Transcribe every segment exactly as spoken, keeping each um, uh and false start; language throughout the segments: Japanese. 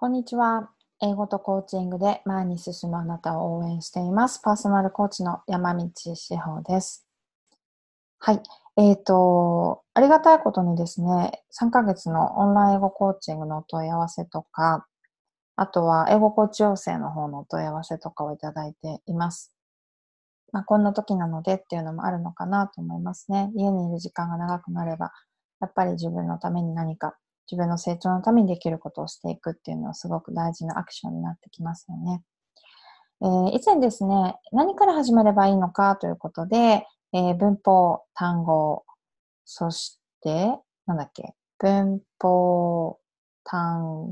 こんにちは。英語とコーチングで前に進むあなたを応援しています。パーソナルコーチの山道志保です。はい。えっと、ありがたいことにですね、さんかげつのオンライン英語コーチングのお問い合わせとか、あとは英語コーチ養成の方のお問い合わせとかをいただいています。まあ、こんな時なのでっていうのもあるのかなと思いますね。家にいる時間が長くなれば、やっぱり自分のために何か、自分の成長のためにできることをしていくっていうのはすごく大事なアクションになってきますよね。えー、以前ですね、何から始めればいいのかということで、えー、文法、単語、そして、なんだっけ、文法、単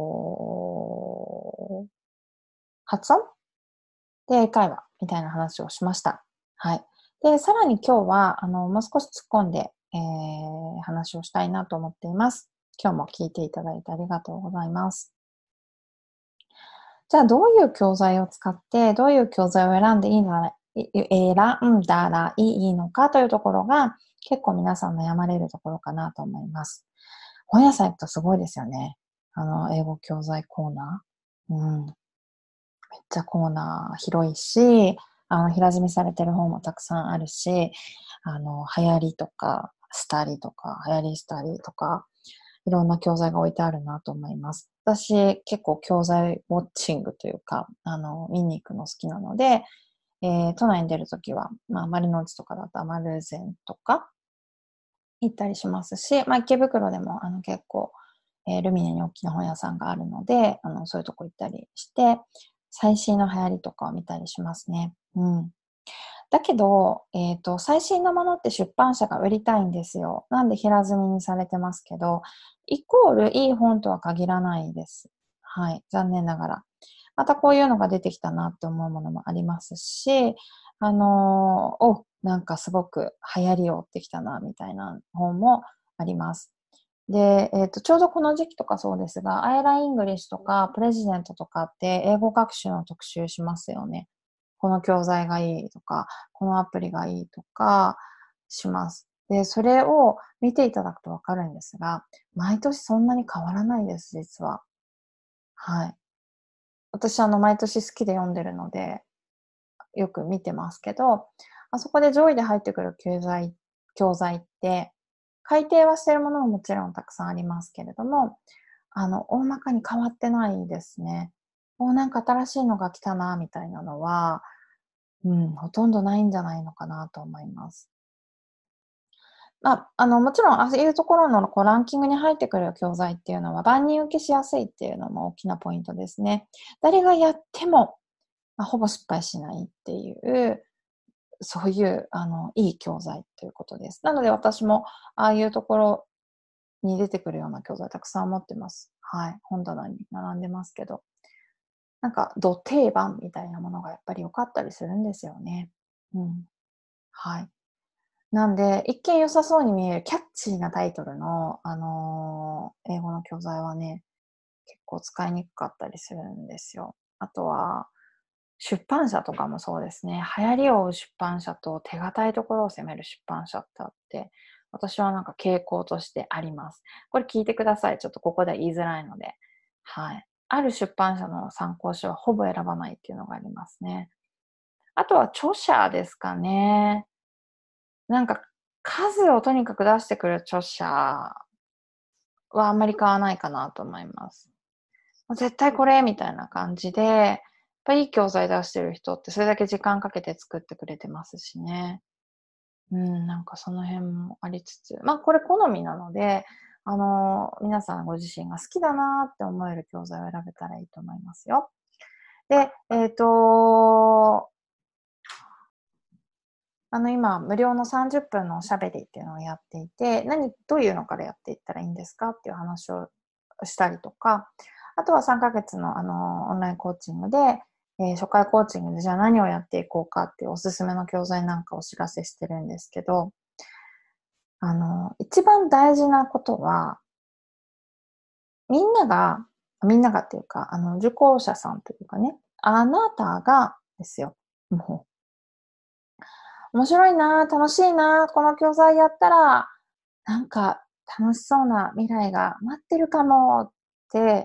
語、発音で、英会話みたいな話をしました。はい。で、さらに今日は、あの、もう少し突っ込んで、えー、話をしたいなと思っています。今日も聞いていただいてありがとうございます。じゃあ、どういう教材を使って、どういう教材を選んでいいの選んだらいいのかというところが、結構皆さん悩まれるところかなと思います。本屋さん行くとすごいですよね。あの、英語教材コーナー。うん。めっちゃコーナー広いし、あの、平積みされてる本もたくさんあるし、あの、流行りとか、スタリとか、流行りスタリとか、いろんな教材が置いてあるなと思います。私、結構教材ウォッチングというか、あの、見に行くの好きなので、えー、都内に出るときは、まあ、丸の内とかだと丸善とか行ったりしますし、まあ、池袋でも、あの、結構、えー、ルミネに大きな本屋さんがあるので、あの、そういうとこ行ったりして、最新の流行りとかを見たりしますね。うん。だけど、えっと、最新のものって出版社が売りたいんですよ。なんで平積みにされてますけど、イコールいい本とは限らないです。はい。残念ながら。またこういうのが出てきたなって思うものもありますし、あのー、お、なんかすごく流行りを追ってきたな、みたいな本もあります。で、えっと、ちょうどこの時期とかそうですが、アイライングリッシュとかプレジデントとかって英語学習の特集しますよね。この教材がいいとか、このアプリがいいとかします。で、それを見ていただくとわかるんですが、毎年そんなに変わらないです、実は。はい。私、あの、毎年好きで読んでるので、よく見てますけど、あそこで上位で入ってくる教材、教材って、改訂はしてるものももちろんたくさんありますけれども、あの、大まかに変わってないですね。もうなんか新しいのが来たな、みたいなのは、うん、ほとんどないんじゃないのかなと思います。まあ、あの、もちろん、ああいうところのこうランキングに入ってくる教材っていうのは万人受けしやすいっていうのも大きなポイントですね。誰がやっても、まあ、ほぼ失敗しないっていう、そういう、あの、いい教材ということです。なので私も、ああいうところに出てくるような教材たくさん持ってます。はい。本棚に並んでますけど。なんか、ど定番みたいなものがやっぱり良かったりするんですよね。うん。はい。なんで、一見良さそうに見えるキャッチーなタイトルの、あのー英語の教材はね、結構使いにくかったりするんですよ。あとは、出版社とかもそうですね。流行りを追う出版社と手堅いところを攻める出版社ってあって、私はなんか傾向としてあります。これ聞いてください。ちょっとここでは言いづらいので。はい。ある出版社の参考書はほぼ選ばないっていうのがありますね。あとは著者ですかね。なんか数をとにかく出してくる著者はあんまり買わないかなと思います。絶対これみたいな感じで、やっぱいい教材出してる人ってそれだけ時間かけて作ってくれてますしね。うん、なんかその辺もありつつ、まあこれ好みなので、あの、皆さんご自身が好きだなって思える教材を選べたらいいと思いますよ。で、えっと、あの今、無料のさんじゅっぷんのおしゃべりっていうのをやっていて、何、どういうのからやっていったらいいんですかっていう話をしたりとか、あとはさんかげつのあの、オンラインコーチングで、えー初回コーチングでじゃあ何をやっていこうかっていうおすすめの教材なんかをお知らせしてるんですけど、あの、一番大事なことは、みんなが、みんながっていうか、あの、受講者さんというかね、あなたがですよ。もう、面白いな、楽しいな、この教材やったら、なんか楽しそうな未来が待ってるかもって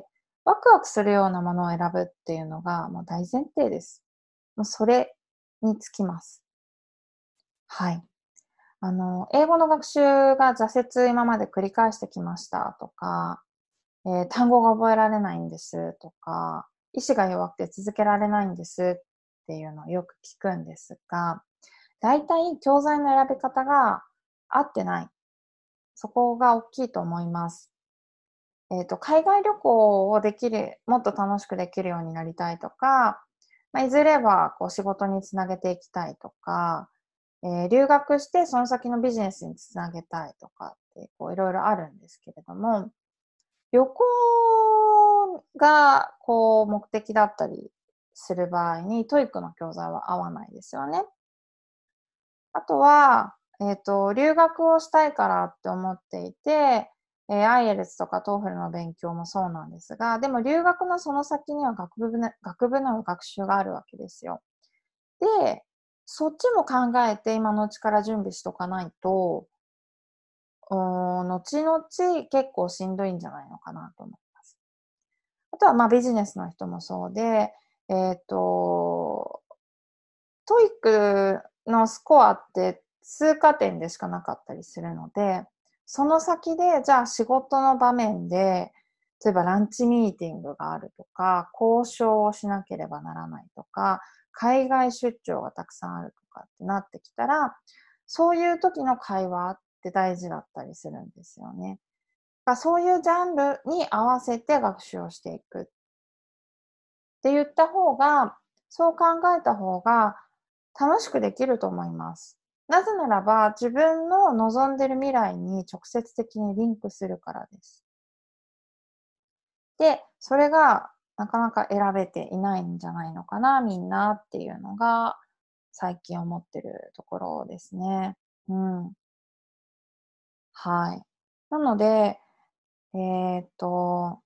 ワクワクするようなものを選ぶっていうのがもう大前提です。もうそれにつきます。はい。あの、英語の学習が挫折今まで繰り返してきましたとか、えー単語が覚えられないんですとか、意志が弱くて続けられないんですっていうのをよく聞くんですが、大体教材の選び方が合ってない。そこが大きいと思います。えっと、海外旅行をできる、もっと楽しくできるようになりたいとか、まあ、いずれはこう仕事につなげていきたいとか、えー留学してその先のビジネスにつなげたいとかってこういろいろあるんですけれども、旅行がこう目的だったりする場合にトイックの教材は合わないですよね。あとは、えっと、留学をしたいからって思っていて、えー、アイエルツ とか トーフル の勉強もそうなんですが、でも留学のその先には学部の、学部の学習があるわけですよ。で、そっちも考えて今のうちから準備しとかないと、うーん、後々結構しんどいんじゃないのかなと思います。あとはまあビジネスの人もそうで、えっと、トイックのスコアって通過点でしかなかったりするので、その先で、じゃあ仕事の場面で、例えばランチミーティングがあるとか、交渉をしなければならないとか、海外出張がたくさんあるとかってなってきたら、そういう時の会話って大事だったりするんですよね。そういうジャンルに合わせて学習をしていくって言った方が、そう考えた方が楽しくできると思います。なぜならば、自分の望んでる未来に直接的にリンクするからです。で、それがなかなか選べていないんじゃないのかな、みんなっていうのが最近思ってるところですね。うん。はい。なので、えーっと、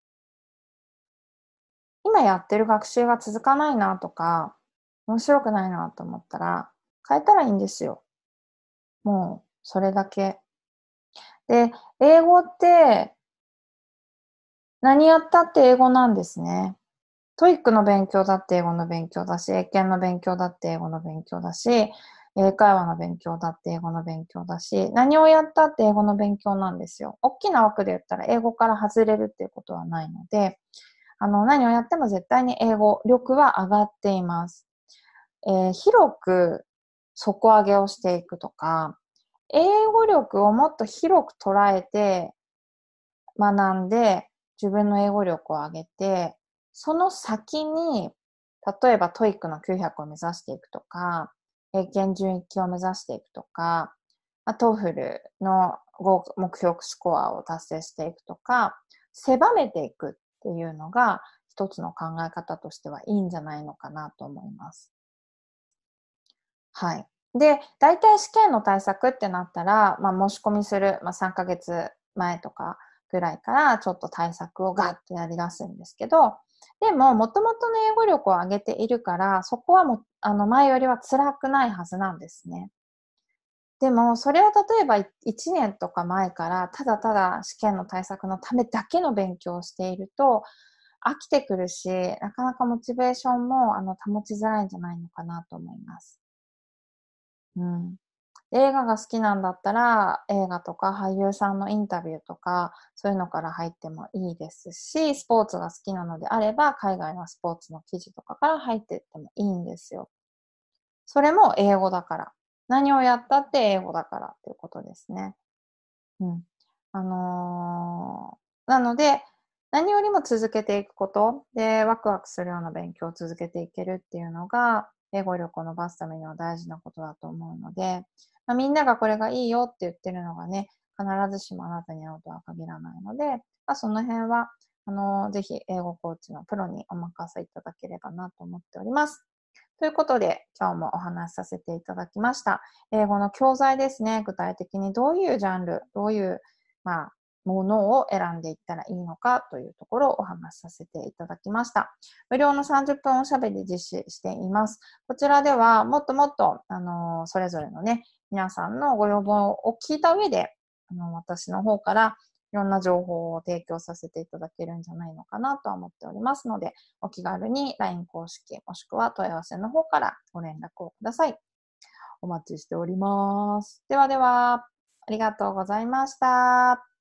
今やってる学習が続かないなとか、面白くないなと思ったら、変えたらいいんですよ。もう、それだけ。で、英語って何やったって英語なんですね。トイックの勉強だって英語の勉強だし、英検の勉強だって英語の勉強だし、英会話の勉強だって英語の勉強だし、何をやったって英語の勉強なんですよ。大きな枠で言ったら英語から外れるっていうことはないので、あの、何をやっても絶対に英語力は上がっています。えー広く底上げをしていくとか、英語力をもっと広く捉えて学んで、自分の英語力を上げて、その先に、例えば トイック のきゅうひゃくを目指していくとか、英検準一級を目指していくとか、トーフル の目標スコアを達成していくとか、狭めていくっていうのが一つの考え方としてはいいんじゃないのかなと思います。はい。で、大体試験の対策ってなったら、まあ、申し込みする、まあ、さんかげつまえとかぐらいからちょっと対策をガッとやり出すんですけど、でも、もともとの英語力を上げているから、そこはもあの前よりは辛くないはずなんですね。でも、それを例えばいちねんとか前から、ただただ試験の対策のためだけの勉強をしていると、飽きてくるし、なかなかモチベーションもあの保ちづらいんじゃないのかなと思います。うん。映画が好きなんだったら、映画とか俳優さんのインタビューとか、そういうのから入ってもいいですし、スポーツが好きなのであれば、海外のスポーツの記事とかから入っていってもいいんですよ。それも英語だから。何をやったって英語だからっていうことですね。うん。あのーなので、何よりも続けていくこと、で、ワクワクするような勉強を続けていけるっていうのが、英語力を伸ばすためには大事なことだと思うので、まあ、みんながこれがいいよって言ってるのがね、必ずしもあなたに合うとは限らないので、まあ、その辺は、あのーぜひ英語コーチのプロにお任せいただければなと思っております。ということで、今日もお話しさせていただきました。英語の教材ですね。具体的にどういうジャンル、どういう、まあ、ものを選んでいったらいいのかというところをお話しさせていただきました。無料のさんじゅっぷんおしゃべり実施しています。こちらではもっともっと、あの、それぞれのね、皆さんのご要望を聞いた上で、あの、私の方からろんな情報を提供させていただけるんじゃないのかなと思っておりますので、お気軽に ライン 公式もしくは問い合わせの方からご連絡をください。お待ちしております。ではでは、ありがとうございました。